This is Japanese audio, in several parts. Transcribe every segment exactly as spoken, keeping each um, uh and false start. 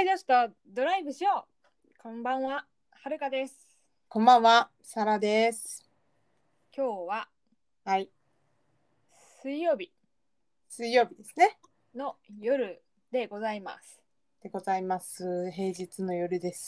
女子とドライブしよう。こんばんは、はるかです。 こんばんは、サラです。 今日ははい、 水曜日水曜日ですね。 の夜でございます。 でございます。平日の夜です。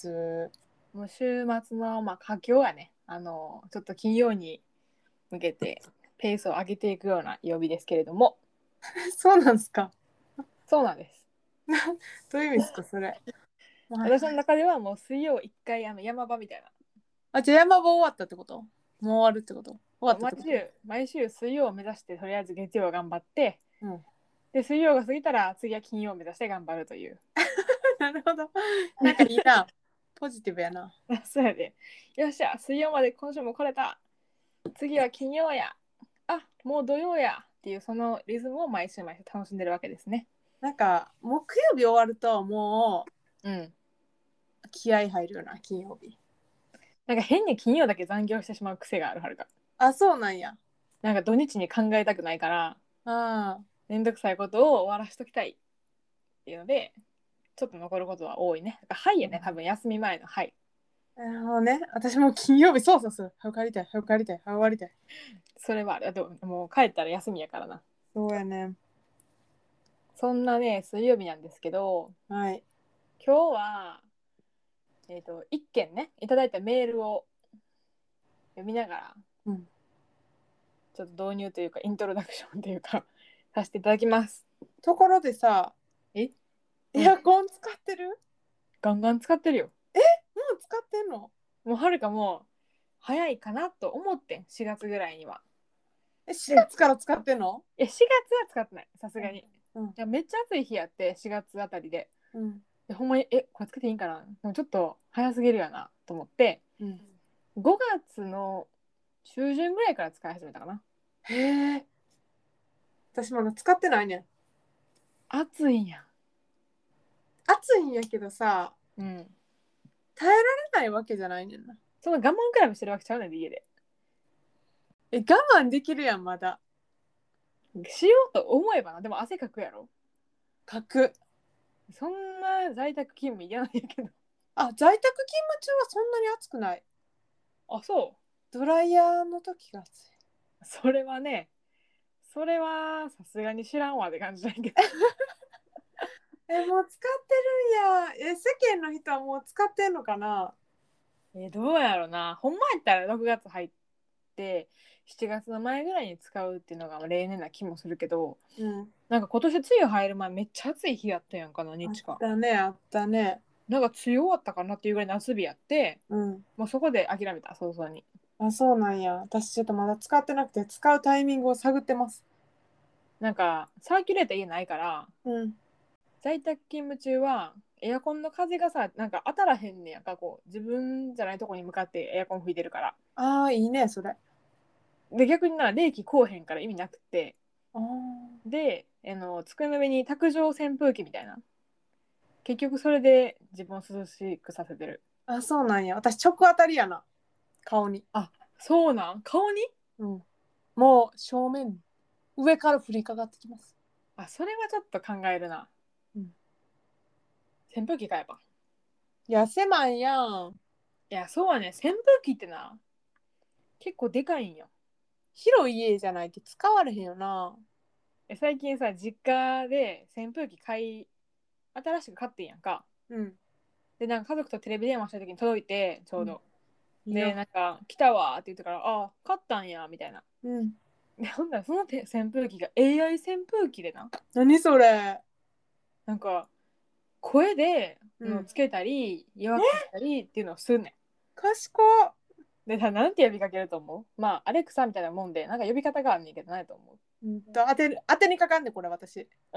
もう週末のまあ佳境がね、あのちょっと金曜に向けてペースを上げていくような曜日ですけれども、 そうなんですか。 そうなんです。 どういう意味ですか、それ。 私の中ではもう水曜一回あの山場みたいな。 あ、じゃあ山場終わったってこと？もう終わるってこと？終わったってこと？ 毎週毎週水曜を目指してとりあえず月曜頑張って、 うん。 で水曜が過ぎたら次は金曜を目指して頑張るという。 なるほど。なんかいいな。ポジティブやな。 そうやで。よっしゃ、水曜まで今週も来れた。次は金曜や。あ、もう土曜や。っていうそのリズムを毎週毎週楽しんでるわけですね。 なんか木曜日終わるともうん。 う気合入るよな、金曜日。 なんか変に金曜だけ残業してしまう癖があるはるか。 あ、そうなんや。 なんか土日に考えたくないから、 あめんどくさいことを終わらしときたいっていうので、ちょっと残ることは多いね。だからはいやね、多分休み前のはい。 あ。なるほどね。私も金曜日そうそうそう。早く帰りたい、早く帰りたい、早く終わりたい。 それはある。あともう帰ったら休みやからな。 そうやね。 そんなね、水曜日なんですけど、 はい。 今日は、えっ、と、一件ね、いただいたメールを読みながら、 うん。 ちょっと導入というか、イントロダクションというか、させていただきます。 ところでさ、 え、 エアコン使ってる？ ガンガン使ってるよ。 もう使ってんの？ もうはるかも早いかなと思ってん、しがつぐらいには。 え、4 で、 月から使ってんの？ え、しがつは使ってない、さすがに。いうんやめっちゃ暑い日やって、しがつあたりで。 うんでほんまに、え、これつけていいんかな、でもちょっと早すぎるやなと思って、 うん。 ごがつの中旬ぐらいから使い始めたかな。 へえ。私まだ使ってないねん。 暑いんや。 暑いんやけどさ、 うん。 耐えられないわけじゃないねんな。 その我慢比べしてるわけちゃうねんで、家で。 え、我慢できるやん、まだ。 しようと思えばな。でも汗かくやろ。 かく。 そんな在宅勤務嫌なんやけど。 あ、在宅勤務中はそんなに暑くない。 あ、そドライヤーの時が暑い。 う。それはね、それはさすがに知らんわって感じだけど。 え、もう使ってるんや。え、世間の人はもう使ってんのかな？ え、どうやろな。ほんまやったらろくがつ入ってしちがつの前ぐらいに使うっていうのが例年な気もするけど、 うん。 なんか今年梅雨入る前めっちゃ暑い日やったやんかな、 あっ日か。 たね、あったね。 なんか梅雨終わったかなっていうぐらい夏日やって、 うん。 もうそこで諦めた、早々に。 あ、そうなんや。私ちょっとまだ使ってなくて、使うタイミングを探ってます。 なんかサーキュレーター家ないから、 うん。 在宅勤務中はエアコンの風がさ、なんか当たらへんねやんか、こう自分じゃないとこに向かってエアコン吹いてるから。 ああ、いいね、それ。 で逆にな冷気こうへんから意味なくて、 あーであの机の上に卓上扇風機みたいな、結局それで自分を涼しくさせてる。 あ、そうなんや。私直当たりやな。顔に。 あ、そうなん、顔に。 うん。もう正面に。上から降りかかってきます。 あ、それはちょっと考えるな。 うん。 扇風機買えば。 いや、狭いやん。 いやそうはね、扇風機ってな結構でかいんよ。 広い家じゃないと使われへんよな。 え最近さ、実家で扇風機買い新しく買ってんやんか。 うん。 でなんか家族とテレビ電話した時に届いて、ちょうど、 いいな。 でなんか来たわって言ってから、あ、買ったんやみたいな。 うん。 でほんならそのて扇風機が エーアイ 扇風機でな、 何それ。 なんか声でうん。 のつけたり弱くしたりっていうのをすんねん。 賢っ。 でさ、なんて呼びかけると思う？まあアレクサみたいなもんで、なんか呼び方があんねんけど、ないと思うんと、当てる、当てにかかんねこれ私。 う？うん。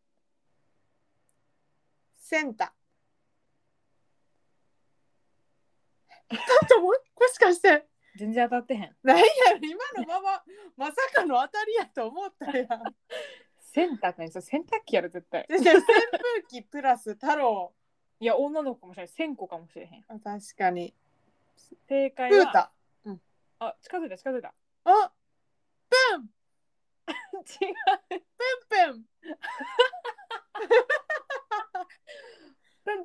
センター。だとももしかして。 全然当たってへん。 なんやろ、今のまままさかの当たりやと思ったやん。 センターって何？それ洗濯機やろ絶対。 で、扇風機プラス太郎。 いや女の子かもしれない、千個かもしれへん。 あ、確かに。 正解は、 プータ。うん。 あ、近づいた近づいた。 あ、プン違う。 プンプン。 プン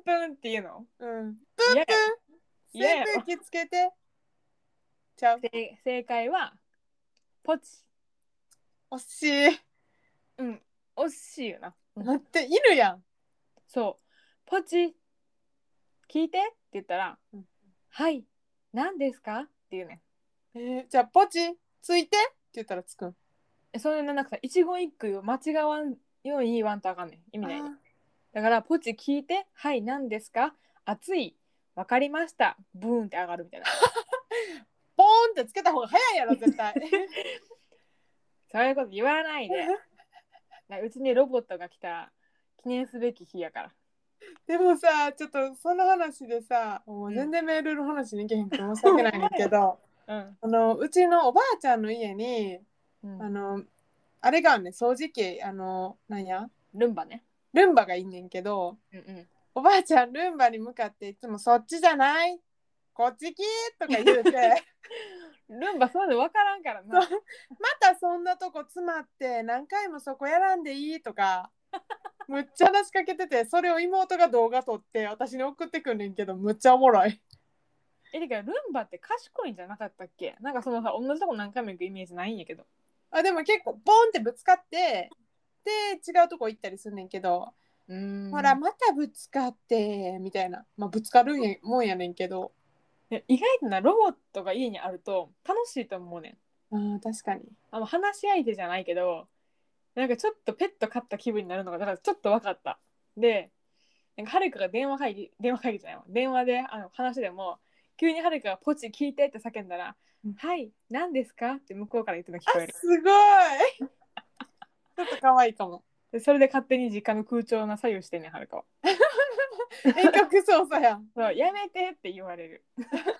ンプンっていうのうん。 嫌やろ。嫌やろ。 扇風機つけて。ちゃう。 せ正解はポチ。 惜しい。 うん惜しいよな、うん、 待って、犬やん。 そうポチ聞いてって言ったら、 うん、 はい何ですかっていうね。 えー、じゃあポチついてって言ったらつくん。 それでなんかさ一言一句間違わんように言わんとあかんねん。意味ないね。だからポチ聞いてはい何ですか熱いわかりましたブーンって上がるみたいな。 ポーンってつけた方が早いやろ絶対。 そういうこと言わないで。うちにロボットが来た記念すべき日やから。 でもさ、ちょっとその話でさ、もう全然メールの話に行けへんくて申し訳ないねんけど、 うん、 あのうちのおばあちゃんの家に、 うん、 あのあれがあんねん、掃除機、あのなんやルンバね。 ルンバがいんねんけど、 うんうん、 おばあちゃんルンバに向かっていつもそっちじゃないこっち来とか言うてルンバそういうの分からんからな。 またそんなとこ詰まって何回もそこやらんでいいとかむっちゃ話しかけてて、それを妹が動画撮って私に送ってくんねんけど、むっちゃおもろい。 え、てかルンバって賢いんじゃなかったっけ？なんかそのさ、同じとこ何回も行くイメージないんやけど。 あ、でも結構ボンってぶつかってで違うとこ行ったりすんねんけど、 うーんほらまたぶつかってみたいな、まあぶつかるんやもんやねんけど。 意外となロボットが家にあると楽しいと思うねん。 あ、確かに。 あの話し相手じゃないけど、なんかちょっとペット飼った気分になるのがだからちょっと分かった。で、なんかはるかが電話会議電話会議じゃないわ電話であの話でも急にはるかがポチ聞いてって叫んだら、うん、はい何ですかって向こうから言ってるの聞こえる。 すごいちょっと可愛いかも。 でそれで勝手に実家の空調の左右してんねんはるかは。 遠隔操作やん。 そうやめてって言われる。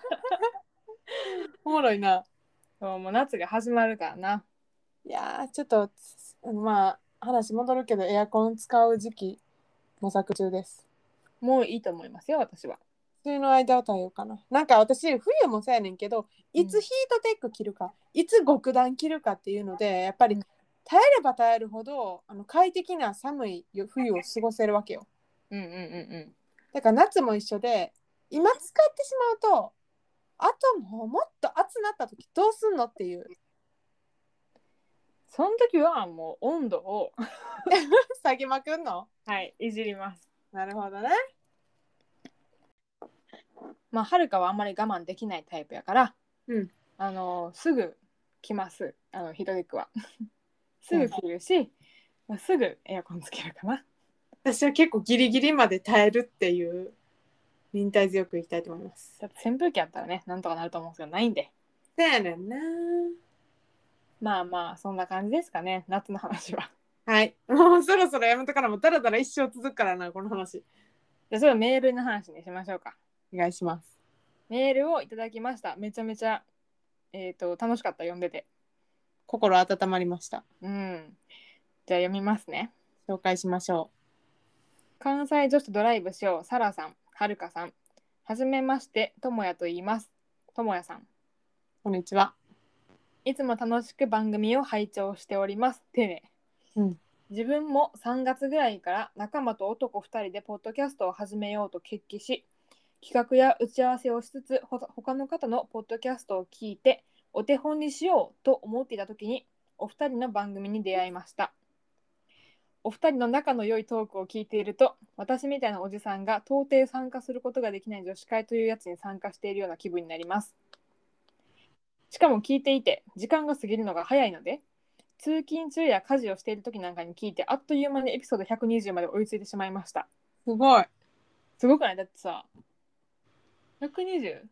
おもろいな。 そうもう夏が始まるからな。 いやーちょっとまあ話戻るけどエアコン使う時期模索中です。 もういいと思いますよ私は。 梅雨の間を耐えようかな。なんか私冬もそうやねんけど、いつヒートテック着るか、うん、いつ極暖着るかっていうのでやっぱり耐えれば耐えるほどあの快適な寒い冬を過ごせるわけよ。 うんうんうんうん。 だから夏も一緒で、今使ってしまうとあともうもっと暑なった時どうすんのっていう。 その時はもう温度を下げまくんの？ はいいじります。 なるほどね。 まあはるかはあんまり我慢できないタイプやから、 うん、 あのすぐ来ますあのヒートテックはすぐ来るし、うんまあ、すぐエアコンつけるかな。 私は結構ギリギリまで耐えるっていう忍耐強くいきたいと思います。 だって扇風機あったらねなんとかなると思うんですけどないんで。 そうやねんな。 まあまあそんな感じですかね夏の話は。 はい、もうそろそろやめとからもだらだら一生続くからなこの話。 じゃあそれメールの話にしましょうか。 お願いします。 メールをいただきました。めちゃめちゃ、えーと、楽しかった読んでて。 心温まりました。 うん。じゃあ読みますね。 紹介しましょう。関西女子とドライブしよう。サラさん、はるかさん。はじめまして、ともやと言います。ともやさん。 こんにちは。 いつも楽しく番組を拝聴しております。てね。 うん。 自分もさんがつぐらいから仲間と男ふたりでポッドキャストを始めようと決起し、企画や打ち合わせをしつつ他の方のポッドキャストを聞いてお手本にしようと思っていた時にお二人の番組に出会いました。お二人の仲の良いトークを聞いていると私みたいなおじさんが到底参加することができない女子会というやつに参加しているような気分になります。しかも聞いていて時間が過ぎるのが早いので通勤中や家事をしている時なんかに聞いてあっという間にエピソードひゃくにじゅうまで追いついてしまいました。 すごい。 すごくない？だってさひゃくにじゅう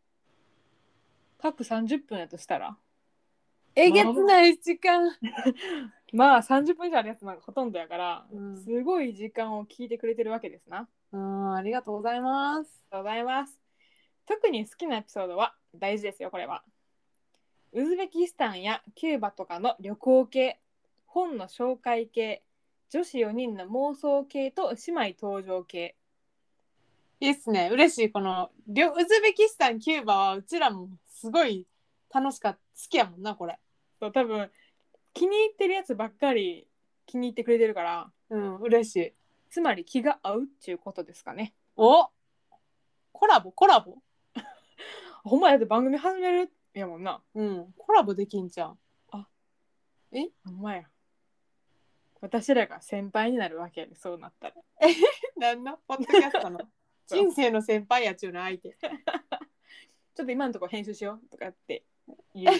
各さんじゅっぷんやとしたらえげつない時間。 まあさんじゅっぷん以上あるやつなんかほとんどやから、 うん、 すごい時間を聞いてくれてるわけですな。 うん、ありがとうございます。 ありがとうございます。特に好きなエピソードは大事ですよこれは。ウズベキスタンやキューバとかの旅行系、本の紹介系、女子よにんの妄想系と姉妹登場系。 いいっすね。嬉しい。このウズベキスタン、キューバはうちらもすごい楽しかった。好きやもんなこれ。 そう多分気に入ってるやつばっかり気に入ってくれてるから、 うん、嬉しい。 つまり気が合うっていうことですかね。 お、コラボコラボ。 ほんまやで番組始めるやもんな。 うん、コラボできんじゃん。 あ、 え、 ほんまや。私らが先輩になるわけやで、そうなったら。 なんのポッドキャストのそう人生の先輩やちゅうの相手。 ちょっと今のところ編集しようとかって言う。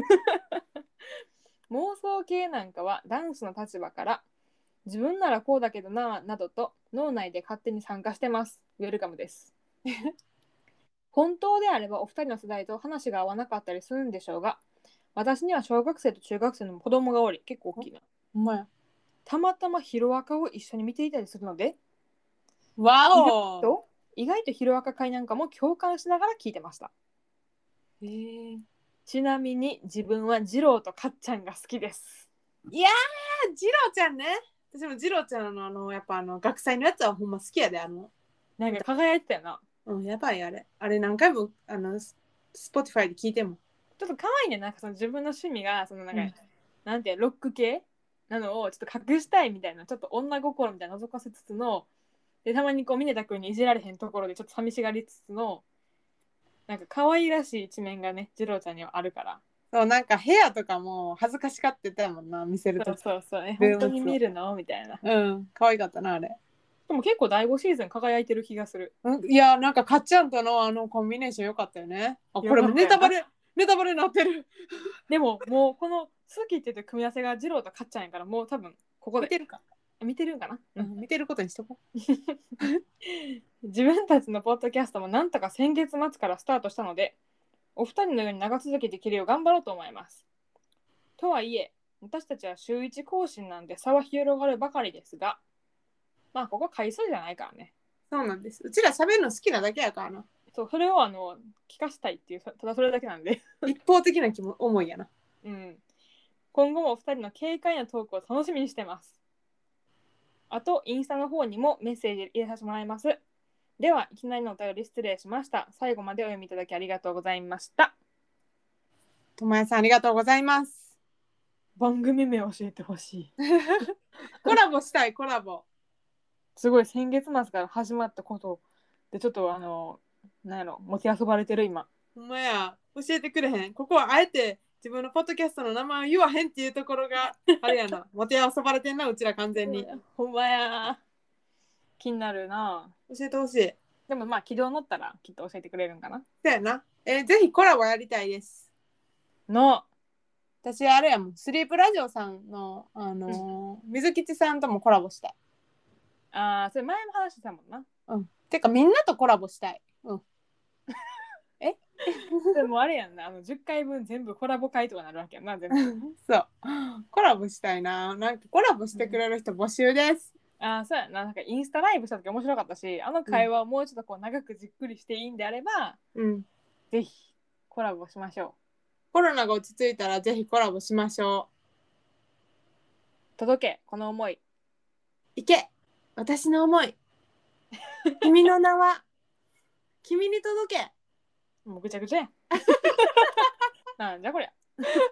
妄想系なんかは男子の立場から自分ならこうだけどななどと脳内で勝手に参加してます。ウェルカムです。本当であればお二人の世代と話が合わなかったりするんでしょうが、私には小学生と中学生の子供がおり、結構大きいな。 ほんまや。 たまたまヒロアカを一緒に見ていたりするので、 わ意外お。 と意外とヒロアカ会なんかも共感しながら聞いてました。 へえ。 ちなみに自分はジローとかっちゃんが好きです。 いやー、ジローちゃんね。私もジローちゃんのあのやっぱあの学祭のやつはほんま好きやで。あのなんか輝いてたよな。 うん、やばいあれ。あれ何回もあのスポティファイで聞いても。 ちょっと可愛いね。なんかその自分の趣味がそのなんか、 うん、 なんていうロック系なのをちょっと隠したいみたいな、ちょっと女心みたいな覗かせつつの、でたまにこうミネタ君にいじられへんところでちょっと寂しがりつつの、なんか可愛らしい一面がね、ジローちゃんにはあるから。 そう、なんか部屋とかも恥ずかしがってたもんな、見せるとき。 そうそうそう、え、 ルーム本当に見るのみたいな。 うん、可愛かったな、あれ。 でも結構だいごシーズン輝いてる気がする。 うん、いや、なんかかっちゃんとのあのコンビネーション良かったよね。あ、これもよかったよなネタバレ、ネタバレになってる。 でももうこの好きって言ってる組み合わせがジローとかっちゃんやから、もう多分ここで見てるか。 見てるんかな、 うん、見てることにしとこう。 自分たちのポッドキャストもなんとか先月末からスタートしたので、お二人のように長続きできるよう頑張ろうと思います。とはいえ、私たちは週いち更新なんで差は広がるばかりですが、まあここ回数じゃないからね。 そうなんです。うちら喋るの好きなだけやからな。 そう、それをあの聞かしたいっていう、ただそれだけなんで。 一方的な気も思いやな。 うん。今後もお二人の軽快なトークを楽しみにしてます。あと、インスタの方にもメッセージ入れさせてもらいます。では、いきなりのお便り失礼しました。最後までお読みいただきありがとうございました。 ともやさんありがとうございます。 番組名教えてほしい。 コラボしたい、コラボ。 すごい先月末から始まったことで、ちょっとあの、なんやろ、持ち遊ばれてる今。 ほんまや、教えてくれへん。ここはあえて自分のポッドキャストの名前を言わへんっていうところがあれやな。もてあそばれてんな、うちら完全に。 ほんまや。気になるな。 教えてほしい。 でもまあ、軌道乗ったらきっと教えてくれるんかな。 そうやな。えーぜひコラボやりたいです。 の、 私あれやもん、スリープラジオさんの、あのー水吉さんともコラボしたい。 ああ、それ前も話してたもんな。 うん。てかみんなとコラボしたい。うん。えでもあれやんな、あのじゅっかいぶん全部コラボ会とかなるわけやんな、全部。 そう。コラボしたいな。なんかコラボしてくれる人募集です。 ああ、そうやな。なんかインスタライブした時面白かったし、あの会話をもうちょっとこう長くじっくりしていいんであれば、 うん。 ぜひコラボしましょコロナが落ち着いたらぜひコラボしましょう。届け、この思い。 う。いけ、私の思い。君の名は君に届け。 もうぐちゃぐちゃやん。なんじゃこりゃ。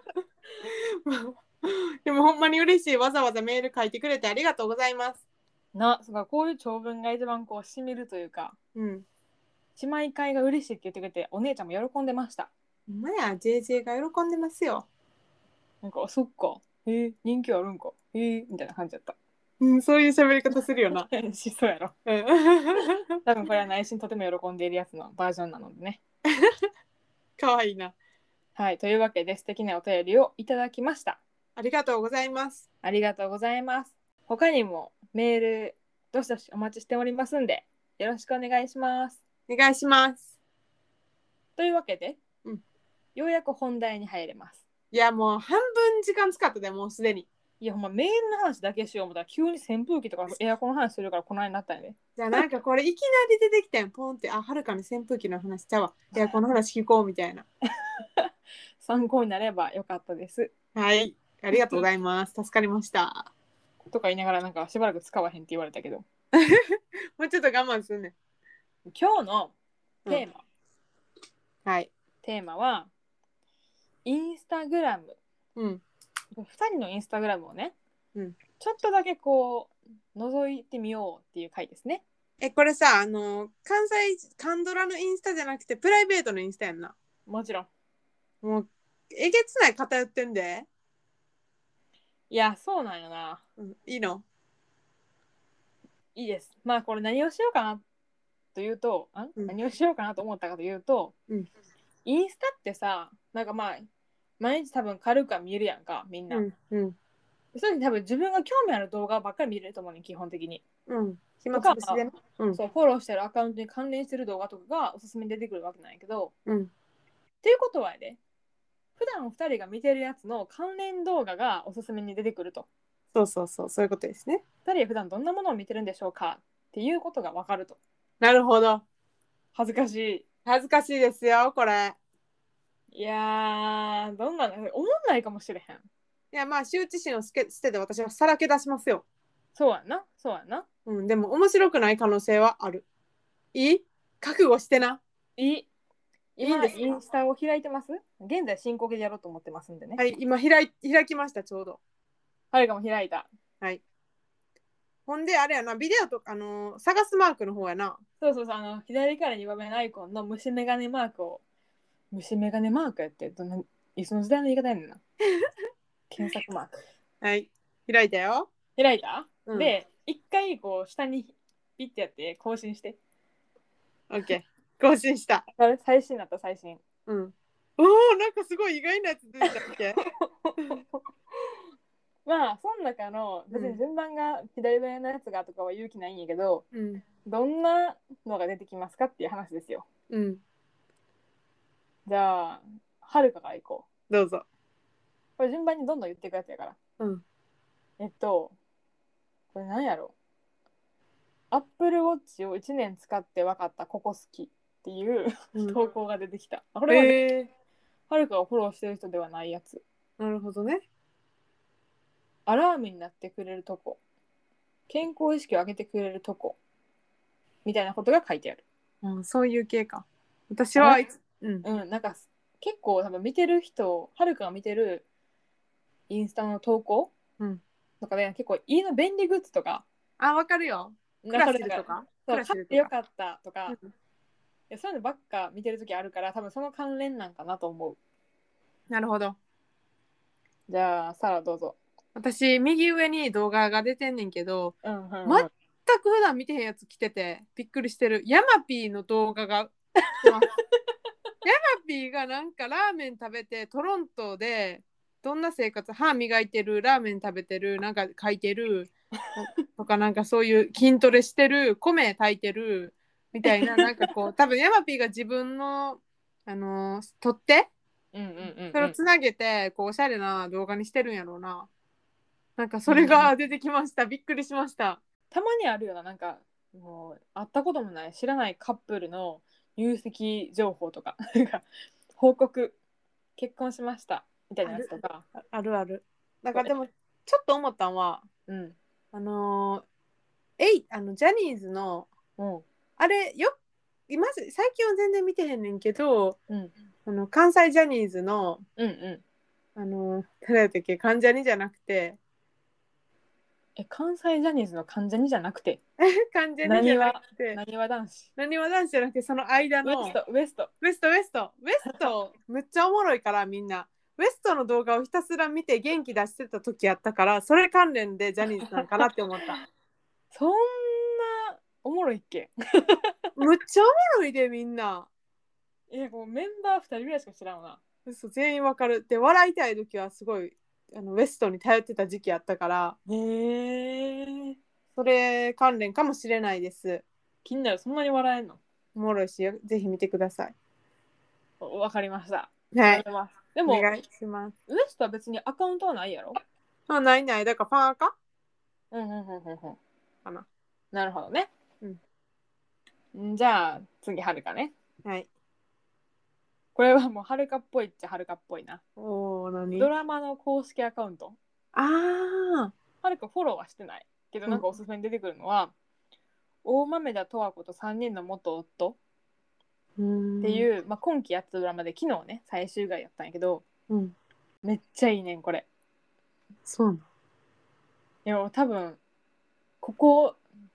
でもほんまに嬉しい。わざわざメール書いてくれてありがとうございます。 な、そうか、こういう長文が一番こうしみるというか、 うん。 姉妹会が嬉しいって言ってくれて、お姉ちゃんも喜んでました。 ほんまや、ジェージェー が喜んでますよ。 なんか、あ、そっか。へえ、人気あるんか。へえ、みたいな感じだった。 うん、そういう喋り方するよな。 しそうやろ。 うん。 多分これは内心とても喜んでいるやつのバージョンなのでね。 かわいいな。 はい、というわけで素敵なお便りをいただきました。 ありがとうございます。 ありがとうございます。他にもメールどしどしお待ちしておりますんで、よろしくお願いします。 お願いします。 というわけで、 うん、 ようやく本題に入れます。 いや、もう半分時間使ったでもうすでに。 いや、ほんまメールの話だけしよう思ったら急に扇風機とかエアコンの話するからこの間になったんやで。 じゃあなんかこれいきなり出てきたんポンって、あ、はるかに扇風機の話ちゃうわ。いや、この話聞こうみたいな。 参考になればよかったです。 はい。ありがとうございます。助かりました。 とか言いながらなんかしばらく使わへんって言われたけど。 もうちょっと我慢するね。 今日のテーマ、 うん、はい。 テーマはインスタグラム。 うん。 ふたりのインスタグラムをね、 うん、 ちょっとだけこう覗いてみようっていう回ですね。 え、これさ、あの、関西、カンドラのインスタじゃなくて、プライベートのインスタやんな。 もちろん。 もう、えげつない偏ってんで。 いや、そうなんよな。 うん、いいの？ いいです。まあこれ何をしようかなというと、ん、 うん、 何をしようかなと思ったかというと、 うん、 インスタってさ、なんかまあ、毎日多分軽くは見えるやんか、みんな。 うん、うん、 それに多分自分が興味ある動画ばっかり見れると思うね、基本的に。 うん。暇とか、 つぶしでね。うん、 そう、フォローしてるアカウントに関連してる動画とかがおすすめに出てくるわけなんやけど、 うん。 っていうことはやで、普段ふたりが見てるやつの関連動画がおすすめに出てくると。 そうそうそう、そういうことですね。 ふたりは普段どんなものを見てるんでしょうかっていうことがわかると。 なるほど。 恥ずかし恥ずかしいですよ、これ。 い。いやー、どんなの、思んないかもしれへん。 いや、まあ、羞恥心を捨て捨てて私はさらけ出しますよ。 そうやんな、そうやんな。 うん、でも面白くない可能性はある。いい？覚悟してな。 いい。今、 いいんですか？ インスタを開いてます？現在進行形でやろうと思ってますんでね。 はい、今開い開きました、ちょうど。 はるかも開いた。 はい。ほんで、あれやな、ビデオとか、あのー探すマークの方やな。 そうそうそう、あの、左からにばんめのアイコンの虫眼鏡マークを、虫眼鏡マークやって、どんな、いつの時代の言い方やねんな。検索マーク。 はい。開いたよ。 開いた、 うん。 で、一回こう、下にピッてやって更新して。 オッケー。更新した。 あれ最新だった最新。 うん。おお、なんかすごい意外なやつ出てたっけ？ まあ、その中の、 うん。 別に順番が左上のやつがとかは言う気ないんやけど、 うん。 どんなのが出てきますかっていう話ですよ。 うん。 じゃあ、はるかから行こどうぞ。 う。これ順番にどんどん言っていくやつやから。 うん。 えっと、これ何やろ、アップルウォッチをいちねん使って分かったここ好きっていううん。 投稿が出てきた。これはね、 えー、 はるかをフォローしてる人ではないやつ。 なるほどね。 アラームになってくれるとこ。健康意識を上げてくれるとこ。みたいなことが書いてある。 うん、そういう系か。私あなはいつ、うん。 うん、なんか結構多分見てる人、はるかが見てるインスタの投稿うん。 とかで、結構家の便利グッズとか、 あ、わかるよ。クラなんかなんかシルとかクそうラシルとか。 買ってよかったとか、 うん。 いやそういうのばっか見てるときあるから、多分その関連なんかなと思う。 なるほど。 じゃあ、サラどうぞ。 私、右上に動画が出てんねんけど、 うんうん全うん。 く普段見てへんやつ来てて、びっくりしてる。ヤマピーの動画が来てます。ヤマピーがなんかラーメン食べて、トロントで、どんな生活、歯磨いてる、ラーメン食べてる、なんか書いてる、とかなんかそういう筋トレしてる、米炊いてる、みたいな、なんかこう、多分ヤマピーが自分の、あのー、取ってうんうんうんうん。 それをつなげて、こう、おしゃれな動画にしてるんやろうな。なんかそれうんうん、 が出てきました。びっくりしました。 たまにあるよな、なんか、もう、会ったこともない、知らないカップルの入籍情報とか、なんか報告、結婚しました、みたいなやつある、 とか。 あるある。なんそうかでも、ちょっと思ったんは、 うん。 あのー、えい、あの、ジャニーズの、 うん。 あれ、よ、今、最近は全然見てへんねんけど、 うん。 あの、関西ジャニーズの、 うんうん。 あのー、誰だったっけ、関ジャニじゃなくて、 え、関西ジャニーズの関ジャニじゃなくて、 関ジャニじゃなく何は、 て、 何は男子。 なにわ男子じゃなくて、その間の、 ウエスト、ウエスト。 ウエストウエストウエストめっちゃおもろいからみんなウエストの動画をひたすら見て元気出してた時やったからそれ関連でジャニーズなんかなって思った。 そんな、おもろいっけ？ むっちゃおもろいでみんな。 いや、もうメンバーふたりぐらいしか知らんわ嘘全員わかる。で笑いたい時はすごいあのウエストに頼ってた時期やったからな。へえ。 それ関連かもしれないです。 気になる、そんなに笑えんの？ おもろいしぜひ見てください。 わかりました。 はい調べます。でも、 お願いします。 ウエストは別にアカウントはないやろ？ あないないだからファンアカうんうんうんうんうん。 かな。 なるほどね。 うん。 んじゃあ、次、はるかね。 はい。 これはもうはるかっぽいっちゃはるかっぽいな。 おー何？ ドラマの公式アカウント。 ああはるかフォローはしてない。けどー、うんなんかおすすめに出てくるのは、大豆田十和子とさんにんの元夫うーってん。 いう、まあ、今期やったドラマで昨日ね、最終回やったんやけど、 うん。 めっちゃいいねん、これ。 そうなの。 いや、多分、ここ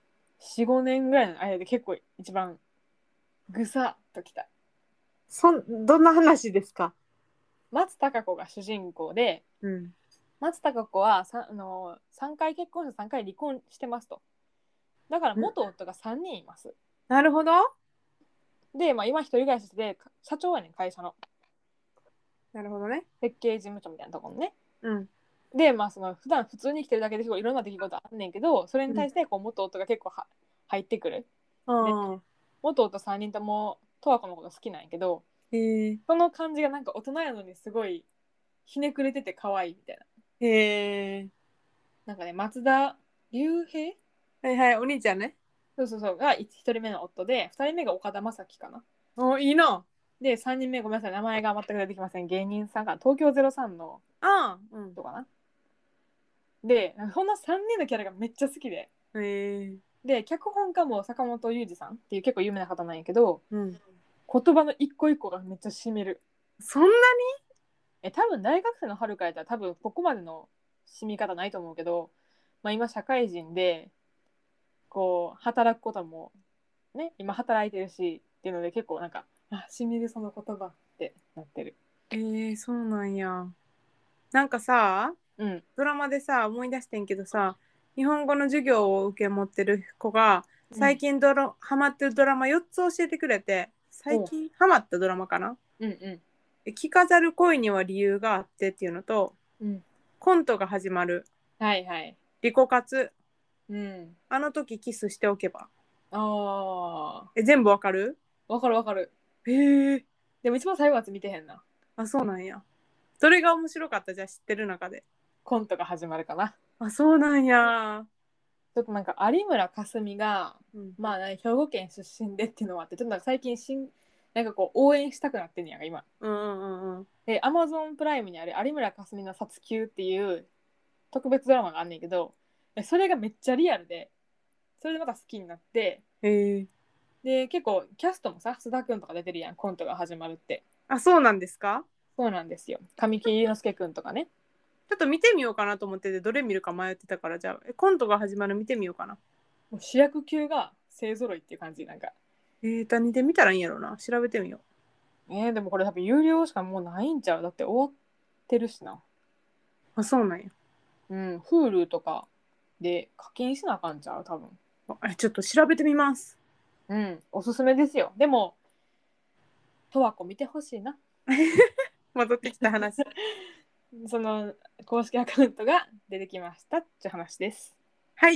よん、ごねんぐらいの間で結構一番ぐさっときた。 そんどんな話ですか？ 松たか子が主人公で、 うん。 松たか子はさあのさんかい結婚してさんかい離婚してますと。だから元夫がさんにんいます。 なるほど。 で、まあ、今一人暮らしで社長やねん、会社のなるほどね。 設計事務所みたいなところね。 うん。 で、まあ、その普段普通に生きてるだけでいろんな出来事あんねんけど、それに対してこう元夫が結構は入ってくる。で、 ああ。 元夫さんにんとも十和子のこと好きなんやけど、 へえ。 その感じがなんか大人やのにすごいひねくれてて可愛いみたいな。 へえ。 なんかね、松田龍平、 はいはい、お兄ちゃんね。 そうそうそうがひとりめの夫で、ふたりめが岡田将生かな。 お、いいな。 で、さんにんめ、ごめんなさい、名前が全く出てきません。芸人さんが東京ゼロさんのああ。うん。 人かな。で、そんなさんにんのキャラがめっちゃ好きで、 へえ。 で、脚本家も坂本雄二さんっていう結構有名な方なんやけど、 うん。 言葉の一個一個がめっちゃしみる。 そんなに？ え、多分大学生の春からやったら多分ここまでの染み方ないと思うけど、まあ、今社会人でこう働くこともね、今働いてるしっていうので結構なんか、あ、しみるその言葉ってなってる。 えー、そうなんや。なんかさ、 うん。 ドラマでさ、思い出してんけどさ、日本語の授業を受け持ってる子が、 うん。 最近ドラハマってるドラマよっつ教えてくれて、最おう。 近ハマったドラマかな。 うんう着飾る恋には理由があってっていうのと、 ん。うん。 コントが始まる、 はいはい。 リコ活、 うん。 あの時キスしておけば。 あえ、全部わかる？ あ、わかるわかる。 へえ。 でも一番最後のやつ見てへんな。 あ、そうなんや。どれが面白かった？じゃあ知ってる中で。 コントが始まるかな。 あ、そうなんや。 ちょっとなんか有村架純が、 うん。 まあ、兵庫県出身でっていうのもあって、ちょっとなんか最近しん、なんかこう応援したくなってんねやんか、今。 うんうんうんうん。 で、アマゾンプライムにある有村架純の殺球っていう特別ドラマがあんねんけど、それがめっちゃリアルで、それでまた好きになって、 へえ。 で、結構キャストもさ、須田くんとか出てるやん、コントが始まるって。 あ、そうなんですか？ そうなんですよ。神木隆之介くんとかね。 ちょっと見てみようかなと思ってて、どれ見るか迷ってたから、じゃあ、えコントが始まる見てみようかな。 もう主役級が勢ぞろいっていう感じ、なんか。 えー、何で見たらいいんやろうな。調べてみよえー、でもこれ多分有料しかもうないんちゃう。だって終わってるしな。 う。あ、そうなんや。 うん、Hulu とかで課金しなあかんちゃう、多分。 あ、ちょっと調べてみます。 うん、おすすめですよ。でも、十和子見てほしいな。 戻ってきた話。 その公式アカウントが出てきましたっていう話です。 はい。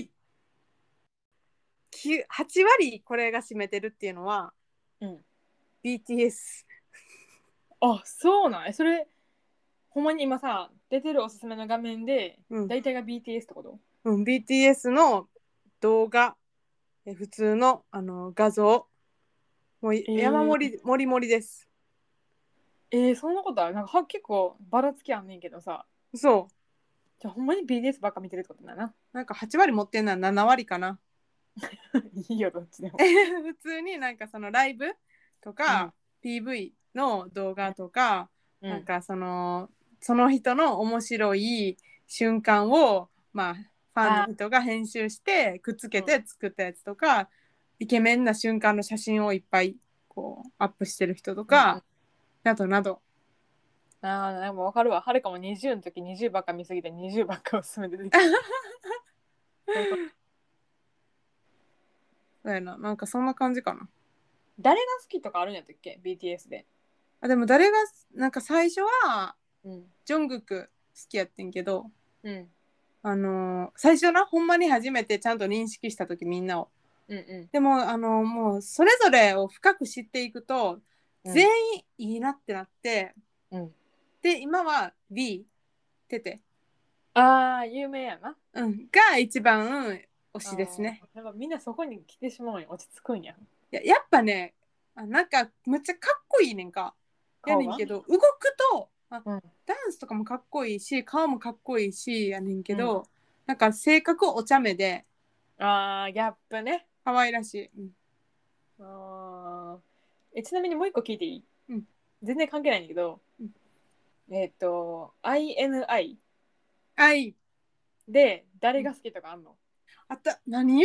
はち割これが占めてるっていうのはうん。 ビーティーエス。 あ、そうなん。え、それ、ほんまに今さ、出てるおすすめの画面で、 うん。 大体が ビーティーエス ってこと？ うん、ビーティーエス の動画、え普通の、あの画像、もうえ山ー、 盛り、盛り盛りです。 えー、そんなことある？なんかは結構ばらつきあんねんけどさ。 そう。 じゃあほんまに ビーティーエス ばっか見てるってことだな。 なんかはち割持ってんのはなな割かな。 いいよ、どっちでも。 普通になんかそのライブとか、 うん。 ピーブイ の動画とか、 うん。 なんかそのその人の面白い瞬間をまあファンのあ人が編集してくっつけー、うん。 て作ったやつとか、イケメンな瞬間の写真をいっぱいこうアップしてる人とうんうん。 かなどなど。 ああ、でもわかるわ。はるかもにじゅうの時にじゅうばっか見すぎてにじゅうばっかおすすめで出てきた。そういうこと。 そうやな、なんかそんな感じかな。 誰が好きとかあるんやったっけ？ ビーティーエス で。 あ、でも誰がなんか最初はうん。 ジョングク好きやってんけど、 うん。 あのー最初な、ほんまに初めてちゃんと認識した時みんなを。 うんうでも、あのーもうそれぞれを深く知っていくと、 ん。 全員いいなってなって、 うん。 で、今は B、テテ、 ああ、有名やな。 うん、が一番推しですあね。 あ、やっぱみんなそこに来てしまうんや。落ち着くんや。 いや、やっぱね、あなんかめっちゃかっこいいねんか。や顔が。 ねんけど、動くと、あうん。 ダンスとかもかっこいいし、顔もかっこいいし、やねんけうん。 ど、なんか性格お茶目で、 ああ、ギャップね。 可愛らしい。うん。 ああ。え、ちなみにもう一個聞いていい？ うん。 全然関係ないんだけど、 うん。 えっ、と、アイエヌアイはい。 でうん。 誰が好きとかあんの？ あった、何言う？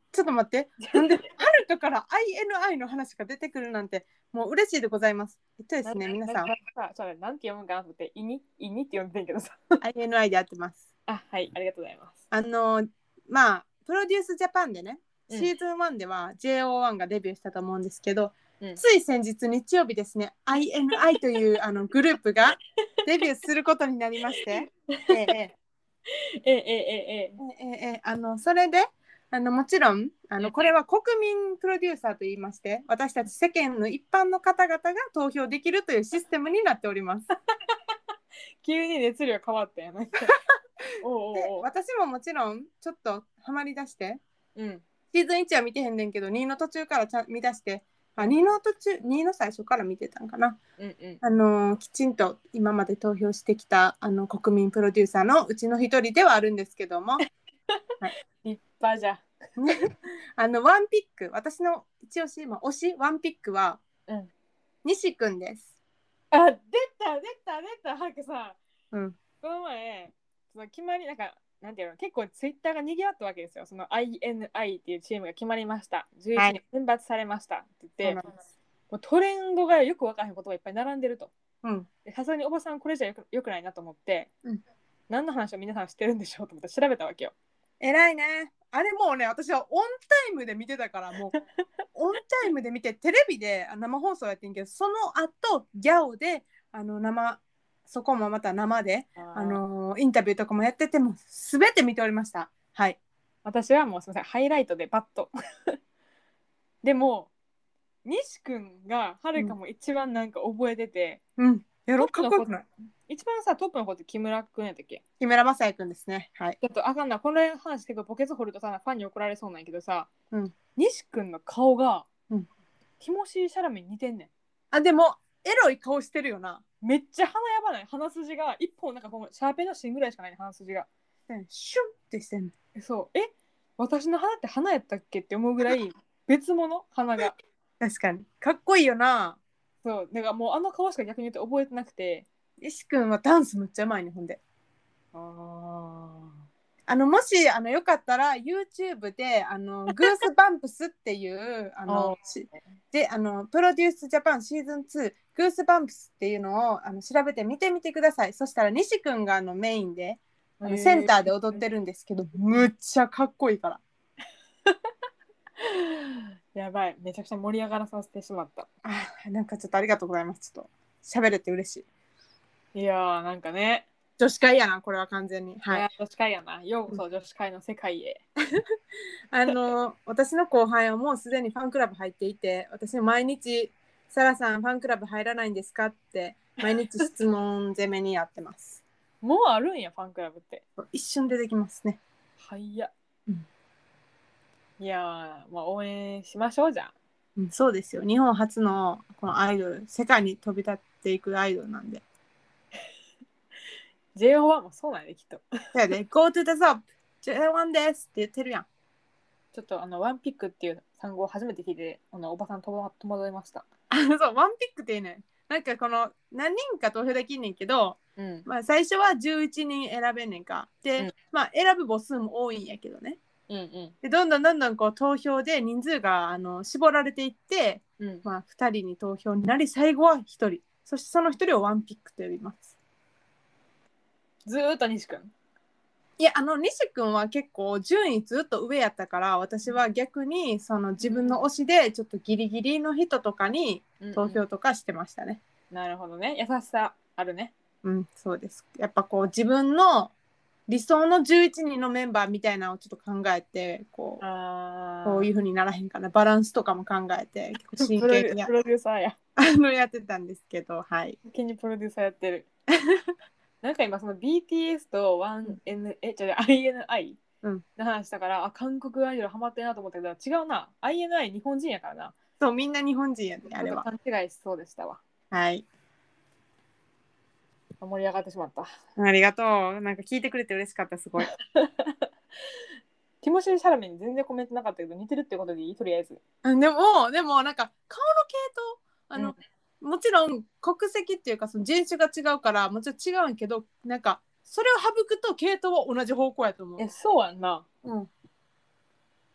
ちょっと待って。なんで、はるかから アイエヌアイ の話が出てくるなんて、もう嬉しいでございます。えっとですね、皆さん。 さ、なんて読むかなと思って、イニイニって読んでんけどさ。 アイエヌアイ でやってます。 あ、はい、ありがとうございます。 あの、まあ、プロデュースジャパンでね、シーズンワンでは ジェイオーワン がデビューしたと思うんですけど、うん、つい先日日曜日ですね、アイエヌアイ というあのグループがデビューすることになりまして、ええええええええええあのそれであのもちろんあのこれは国民プロデューサーといいまして、私たち世間の一般の方々が投票できるというシステムになっております。 急に熱量変わったよね。おうおうおうで私ももちろんちょっとハマりだして、 うん、 シーズンいちは見てへんねんけどにの途中からちゃ見出して、あにの途中にの最初から見てたんかな、うんうん、あのきちんと今まで投票してきたあの国民プロデューサーのうちの一人ではあるんですけども、はい、 立派じゃあのワンピック、私の一押し、まあ、推しワンピックは、うん、西くんです。 あ、出た出た出た。はるかさ、 うん、 この前その決まりなんかなんていうの、結構ツイッターが賑わったわけですよ。その アイエヌアイ っていうチームが決まりました、じゅういちにん選抜されましたって言って、はい、もうトレンドがよく分からへんことがいっぱい並んでると。さすがにおばさんこれじゃよく、よくないなと思って、うん、何の話を皆さんしてるんでしょうと思って調べたわけよ。 偉いね。あれもうね、私はオンタイムで見てたから、もうオンタイムで見て、テレビで生放送やってんけど、その後ギャオであの生そこもまた生であ、あのー、インタビューとかもやってて、もすべて見ておりました。はい。 私はもうすみません、ハイライトでパッとでも西くんがはるかも一番なんか覚えてて、 うん、やろ、かっこよくない？ 一番さトップの方って木村くんやったっけ？ 木村雅也くんですね。はい。 ちょっとあかんな、この話結構ポケツ掘るとさファンに怒られそうなんやけどさ、うん、西くんの顔が、うん、ティモシー・シャラメに似てんねん。 あ、でもエロい顔してるよな。 めっちゃ鼻やばない？鼻筋が一本なんかこのシャーペンの芯ぐらいしかない、ね、鼻筋が、 うん、シュンってしてんの。 そう、え私の鼻って鼻やったっけって思うぐらい別物鼻が確かにかっこいいよな。 そうだからもうあの顔しか逆に言って覚えてなくて、 西くんはダンスむっちゃうまいね。ほんでああのもしあのよかったら YouTube であのグースバンプスっていうあのであのプロデュースジャパンシーズンツーグースバンプスっていうのをあの調べてみてみてください。そしたら西くんがあのメインであのセンターで踊ってるんですけど、むっちゃかっこいいからやばい、めちゃくちゃ盛り上がらさせてしまった。 あ、なんかちょっとありがとうございます。ちょっと喋れて嬉しい。いやーなんかね、 女子会やなこれは完全に。 はい、いや女子会やな。ようこそ女子会の世界へ。 あの私の後輩はもうすでにファンクラブ入っていて、私も毎日サラさんファンクラブ入らないんですかって毎日質問攻めにやってますもうあるんやファンクラブって。 一瞬出てきますね。 はいや、うん、いやまあ応援しましょうじゃん、 うん、そうですよ。日本初のこのアイドル、世界に飛び立っていくアイドルなんでジェイオーワン もそうなんやできっと。 そうやで Go to the top ジェイオーワン ですって言ってるやん。 ちょっとあのワンピックっていう単語を初めて聞いて、あのおばさんとも戸惑いました。 あのそうワンピックっていうね、なんかこの何人か投票できんねんけど、うん、まあ最初はじゅういちにん選べんねんか。で、うん、まあ選ぶ母数も多いんやけどね。うんうん、でどんどんどんどんこう投票で人数があの絞られていって、うん、まあふたりに投票になり、最後はひとり、そしてそのひとりをワンピックと呼びます。 ずーっと西くん？ いや、あの西くんは結構順位ずっと上やったから、私は逆にその自分の推しでちょっとギリギリの人とかに投票とかしてましたね。 うんうん、なるほどね、優しさあるね。 うん、そうです。やっぱこう自分の理想のじゅういちにんのメンバーみたいなのをちょっと考えて、こうあこういう風にならへんかな、バランスとかも考えて結構真剣にプロデューサーやあのやってたんですけど、はい。 真剣にプロデューサーやってるなんか今その ビーティーエス と ワンエヌ、え、違う アイエヌアイ の話したから、あ、韓国アイドルハマってるなと思ったけど、違うな。アイエヌアイ 日本人やからな。 そう、みんな日本人やで、あれは。 勘違いしそうでしたわ。 はい。 盛り上がってしまった。 ありがとう。なんか聞いてくれて嬉しかった、すごい。 ティモシー・シャラメに全然コメントなかったけど、似てるってことでいい？とりあえず。 でも、でもなんか顔の系統、あの、うんもちろん国籍っていうかその人種が違うからもちろん違うんけど、なんかそれを省くと系統は同じ方向やと思う。 え、そうやんな。うん。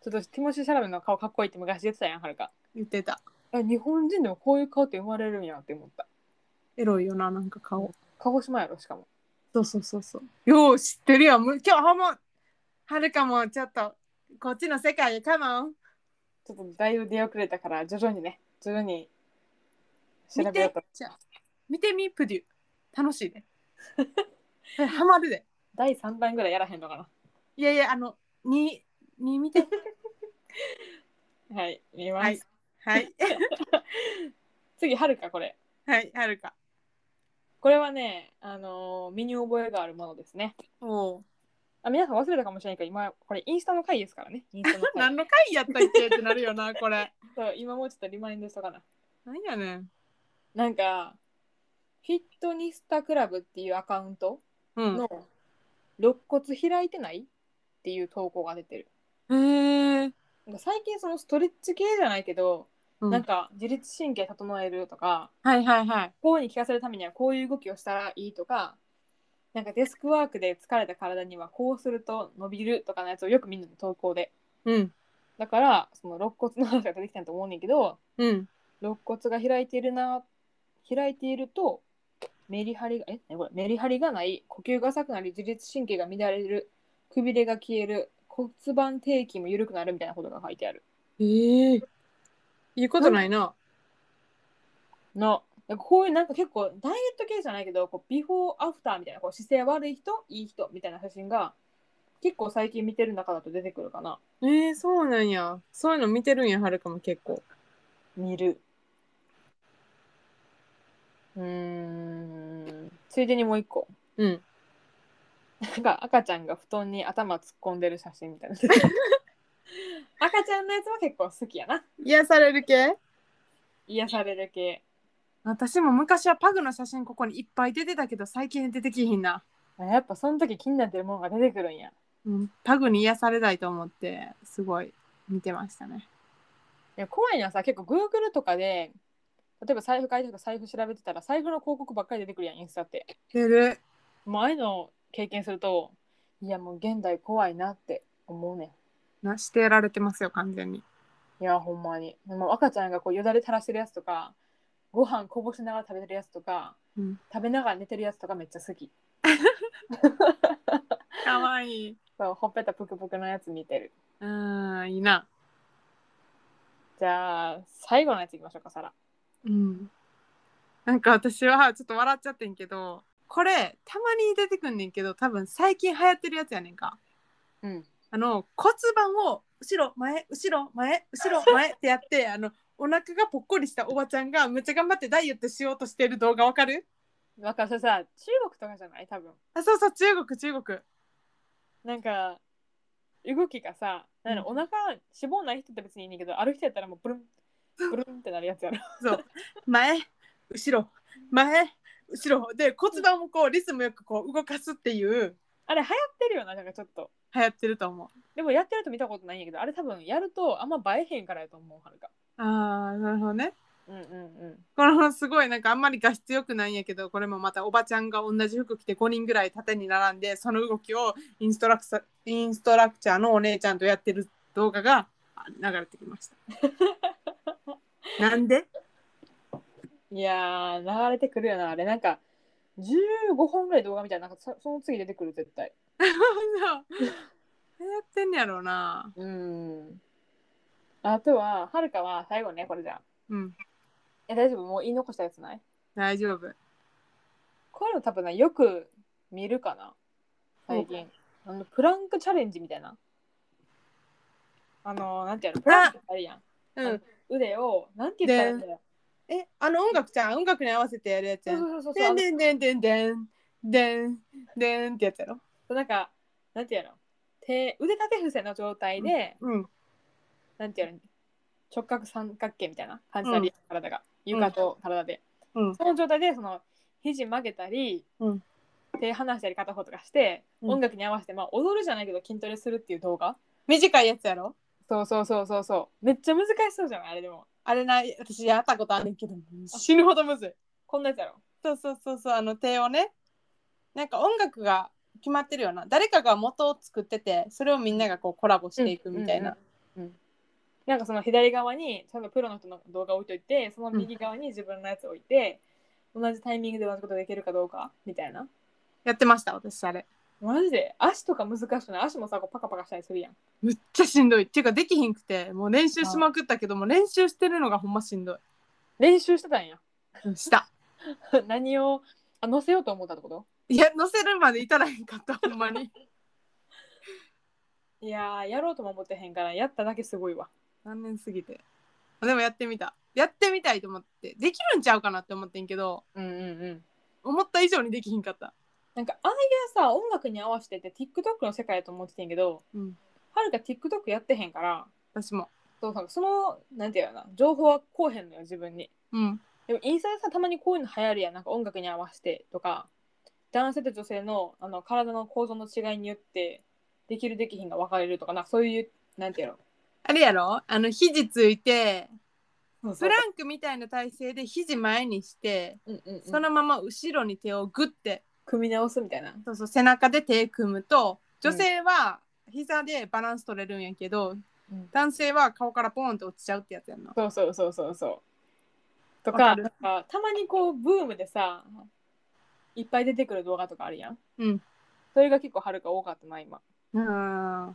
ちょっとティモシー・シャラメの顔かっこいいって昔言ってたやん、はるか。 言ってた。 日本人でもこういう顔って生まれるんやって思った。 エロいよな、なんか顔。 鹿児島やろ、しかも。 そうそうそうそう。よう知ってるよ。今日はもう、はるかもちょっと、こっちの世界へカモン。 ちょっとだいぶ出遅れたから、徐々にね、徐々に調見べようと。 て、じゃあ見てみ、プデュ。楽しいね。ハマるで。 だいさんだんぐらいやらへんのかな。 いやいや、あの、に、に見て。 はい、見ます。 はい。はい。 次、はるか、これ。 はい、はるか。 これはね、あのー身に覚えがあるものですね。 おう。 あ、皆さん忘れたかもしれないけど、今、これインスタの回ですからね。インスタの回。 何の回やったっけってなるよな、これ。 そう今もうちょっとリマインドしとかな。 何やねん。 なんか、フィットニスタクラブっていうアカウントうん。 の肋骨開いてないっていう投稿が出てる。 へえ。 なんか最近そのストレッチ系じゃないけど、 うん、 なんか自律神経整えるとか、 はいはいはい。 声に聞かせるためにはこういう動きをしたらいいとか、なんかデスクワークで疲れた体にはこうすると伸びるとかのやつをよく見るの、投稿で。 うん。 だからその肋骨の話が出てきたと思うねんけど、 うん。 肋骨が開いているな、開いているとメリハリがえ何これメリハリがない、呼吸が浅くなり自律神経が乱れる、くびれが消える、骨盤底筋も緩くなるみたいなことが書いてあるええー。いいことないな。 の。こういうなんか結構ダイエット系じゃないけど、こうビフォーアフターみたいな、こう姿勢悪い人いい人みたいな写真が結構最近見てる中だと出てくるかな。 ええー、そうなんや。そういうの見てるんや、はるかも結構。 見る。うーん。ついでにもう一個。 うん。 なんか赤ちゃんが布団に頭突っ込んでる写真みたいな。赤ちゃんのやつは結構好きやな。 癒される系。 癒される系。 私も昔はパグの写真ここにいっぱい出てたけど最近出てきひんな。 やっぱその時気になってるものが出てくるんや。 うん、パグに癒されたいと思ってすごい見てましたね。 いや怖いのはさ、結構 Google とかで例えば財布買いとか財布調べてたら財布の広告ばっかり出てくるやん、インスタって。 出る。 もうああいうのを経験すると、いやもう現代怖いなって思うねん。 なしてやられてますよ完全に。 いやほんまに。でも赤ちゃんがこうよだれ垂らしてるやつとか、ご飯こぼしながら食べてるやつとか、 うん、 食べながら寝てるやつとかめっちゃ好き。 かわいい。 そうほっぺたぷくぷくのやつ見てる。 うん、いいな。 じゃあ最後のやついきましょうか、サラ。 うん。なんか私はちょっと笑っちゃってんけど、これたまに出てくんねんけど多分最近流行ってるやつやねんか。 うん。 あの骨盤を後ろ前後ろ前後ろ前ってやってあのお腹がぽっこりしたおばちゃんがめっちゃ頑張ってダイエットしようとしてる動画わかる？ わかる。それさ、中国とかじゃない多分。 あ、そうそう、中国中国。 なんか動きがさ、なんかお腹脂肪ない人って別にいいねんけど、ある人やったらもうブルンブルンってなるやつやろ。 そう前後ろ前後ろで骨盤をこうリズムよくこう動かすっていうあれ流行ってるよな、なんかちょっと。 流行ってると思う。 でもやってると見たことないんやけど、あれ多分やるとあんま映えへんからやと思う、はるか。 あー、なるほどね。 うんうんうん。 このすごいなんかあんまり画質良くないんやけど、これもまたおばちゃんが同じ服着てごにんぐらい縦に並んでその動きをインストラクサインストラクチャーのお姉ちゃんとやってる動画が流れてきました。なんで？ いやー、流れてくるよな、あれ。なんかじゅうごほんぐらい動画みたいな、なんかそその次出てくる、絶対。 流行ってんねやろうな。 うん。あとは、はるかは最後ね、これじゃ。 うん。 え、大丈夫？もう言い残したやつない？ 大丈夫。 こういうの多分ね、よく見るかな、最近。あのプランクチャレンジみたいな。あの、なんていうの、プランクってあるやん。 うん。 腕を、なんて言ったらいいんだよ。 え、あの音楽ちゃん、音楽に合わせてやるやつやん。 そうそうそうそう。 でんでんでんでんでんでんでんってやつやろ。 なんか、なんていうの、手腕立て伏せの状態で、 うん。 なんていうの、直角三角形みたいな感じになる、 うん、 体が。床と体で。 うん。 その状態で、その、肘曲げたり、 うん、 手離したり片方とかして、 うん、 音楽に合わせて、まあ、踊るじゃないけど筋トレするっていう動画。 短いやつやろ。 そうそうそうそうそう。めっちゃ難しそうじゃないあれでも。 あれな、私やったことあんねんけど、死ぬほどむずい。 こんなやつやろ。 そうそうそうそう、あの手をね、なんか音楽が決まってるよな。誰かが元を作ってて、それをみんながこうコラボしていくみたいな。 うんうんうん、なんかその左側にちゃんとプロの人の動画置いといて、その右側に自分のやつ置いて、うん、同じタイミングで同じことできるかどうかみたいな。 やってました私あれ。 マジで足とか難しくない？足もさこうパカパカしたりするやん。 むっちゃしんどいっていうかできひんくて、もう練習しまくったけども練習してるのがほんましんどい。 練習してたんや。 した何をあ乗せようと思ったってこと？ いや乗せるまで至らへんかったほんまに。 いやーやろうとも思ってへんからやっただけすごいわ。 残念すぎて。でもやってみたやってみたいと思ってできるんちゃうかなって思ってんけど、 うんうんうん。 思った以上にできひんかった。 なんかああいうさ音楽に合わせてて TikTok の世界やと思っててんけど、 うん、 はるか TikTok やってへんから、 私も。 そうそうそのなんていうのな情報はこうへんのよ自分に。 うん、 でもインスタでさたまにこういうの流行るやん、なんか音楽に合わせてとか、男性と女性のあの体の構造の違いによってできるできひんが分かれるとか、なんかそういうなんていうの。 あれやろ、あの肘ついてそうそうそうプランクみたいな体勢で肘前にして、 うんうんうん、 そのまま後ろに手をグッて組み直すみたいな。 そうそう背中で手組むと女性は膝でバランス取れるんやけど、うん、男性は顔からポンと落ちちゃうってやつやんな。 そうそうそうそうそうとか、なんかたまにこうブームでさいっぱい出てくる動画とかあるやん。 うん。 それが結構はるか多かったな今。 うん。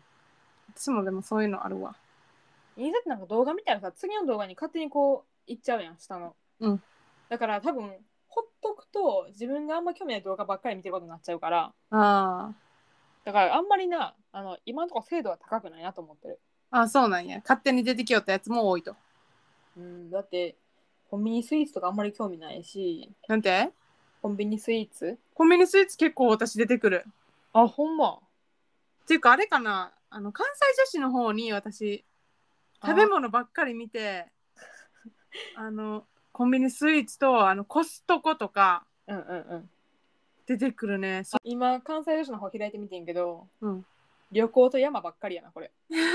私もでもそういうのあるわ。 インスタってなんか動画見たらさ次の動画に勝手にこう行っちゃうやん下の。 うん。 だから多分ほっとくと自分があんま興味ない動画ばっかり見てることになっちゃうから。ああ。 だからあんまりなあの今のところ精度は高くないなと思ってる。 ああそうなんや。勝手に出てきよったやつも多いと。 うん、だってコンビニスイーツとかあんまり興味ないし。 なんて？ コンビニスイーツ？ コンビニスイーツ結構私出てくる。 あ、ほんま。 っていうかあれかな、あの関西女子の方に私食べ物ばっかり見て、あのコンビニスイーツとあのコストコとかうんうんうん出てくるね。 今関西女子の方開いてみてんけど、 うん、 旅行と山ばっかりやなこれ。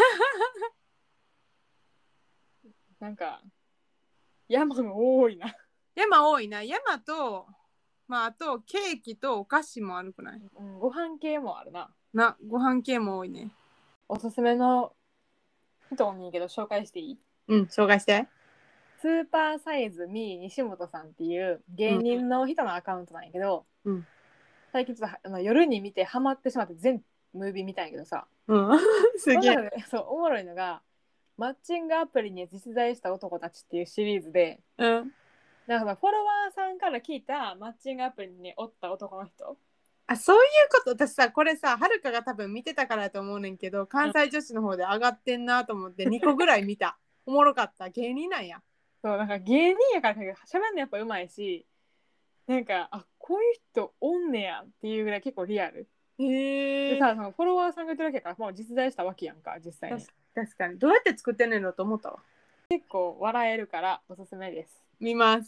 なんか山も多いな。 山多いな。山とまああとケーキとお菓子もあるくない？ うん、ご飯系もあるな。 な、ご飯系も多いね。 おすすめの人もいいけど紹介していい？ うん、紹介して。 スーパーサイズミー西本さんっていう芸人の人のアカウントなんやけど、 うん、 最近ちょっとあの夜に見てハマってしまって全ムービー見たんやけどさ、 うん、すげえ。 そうおもろいのがマッチングアプリに実在した男たちっていうシリーズで、 うん。 なんかフォロワーさんから聞いたマッチングアプリにおった男の人。 あ、そういうこと。私さ、これさ、はるかが多分見てたからと思うねんけど、関西女子の方で上がってんなと思ってにこぐらい見た。おもろかった。芸人なんや。 そうなんか芸人やから喋るのやっぱうまいし、なんかあこういう人おんねやっていうぐらい結構リアルへえ。 でさ、そのフォロワーさんが言ってるわけやからもう実在したわけやんか実際に。 確かに。どうやって作ってんねんのと思ったわ。 結構笑えるからおすすめです。 見ます。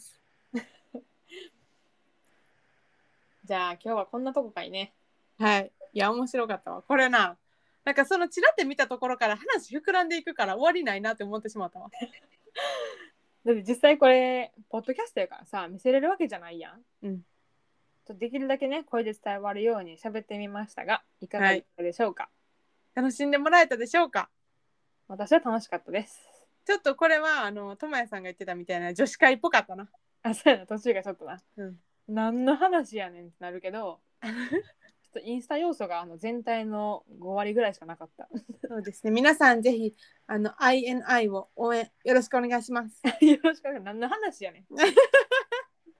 じゃあ今日はこんなとこかいね。 はい。いや、面白かったわ。これな、なんかそのチラって見たところから話膨らんでいくから終わりないなって思ってしまったわ。 だって実際これポッドキャストやからさ見せれるわけじゃないやん。 うん。 できるだけね声で伝わるように喋ってみましたがいかがでしたでしょうか？ はい、楽しんでもらえたでしょうか？ 私は楽しかったです。 ちょっとこれはあのともやさんが言ってたみたいな女子会っぽかったな。 あ、そうやな、途中がちょっとな、 うん、 何の話やねんってなるけどちょっとインスタ要素があの全体のご割ぐらいしかなかった。 そうですね。皆さんぜひあの アイエヌアイ を応援よろしくお願いします。 よろしくお願いします。何の話やねん。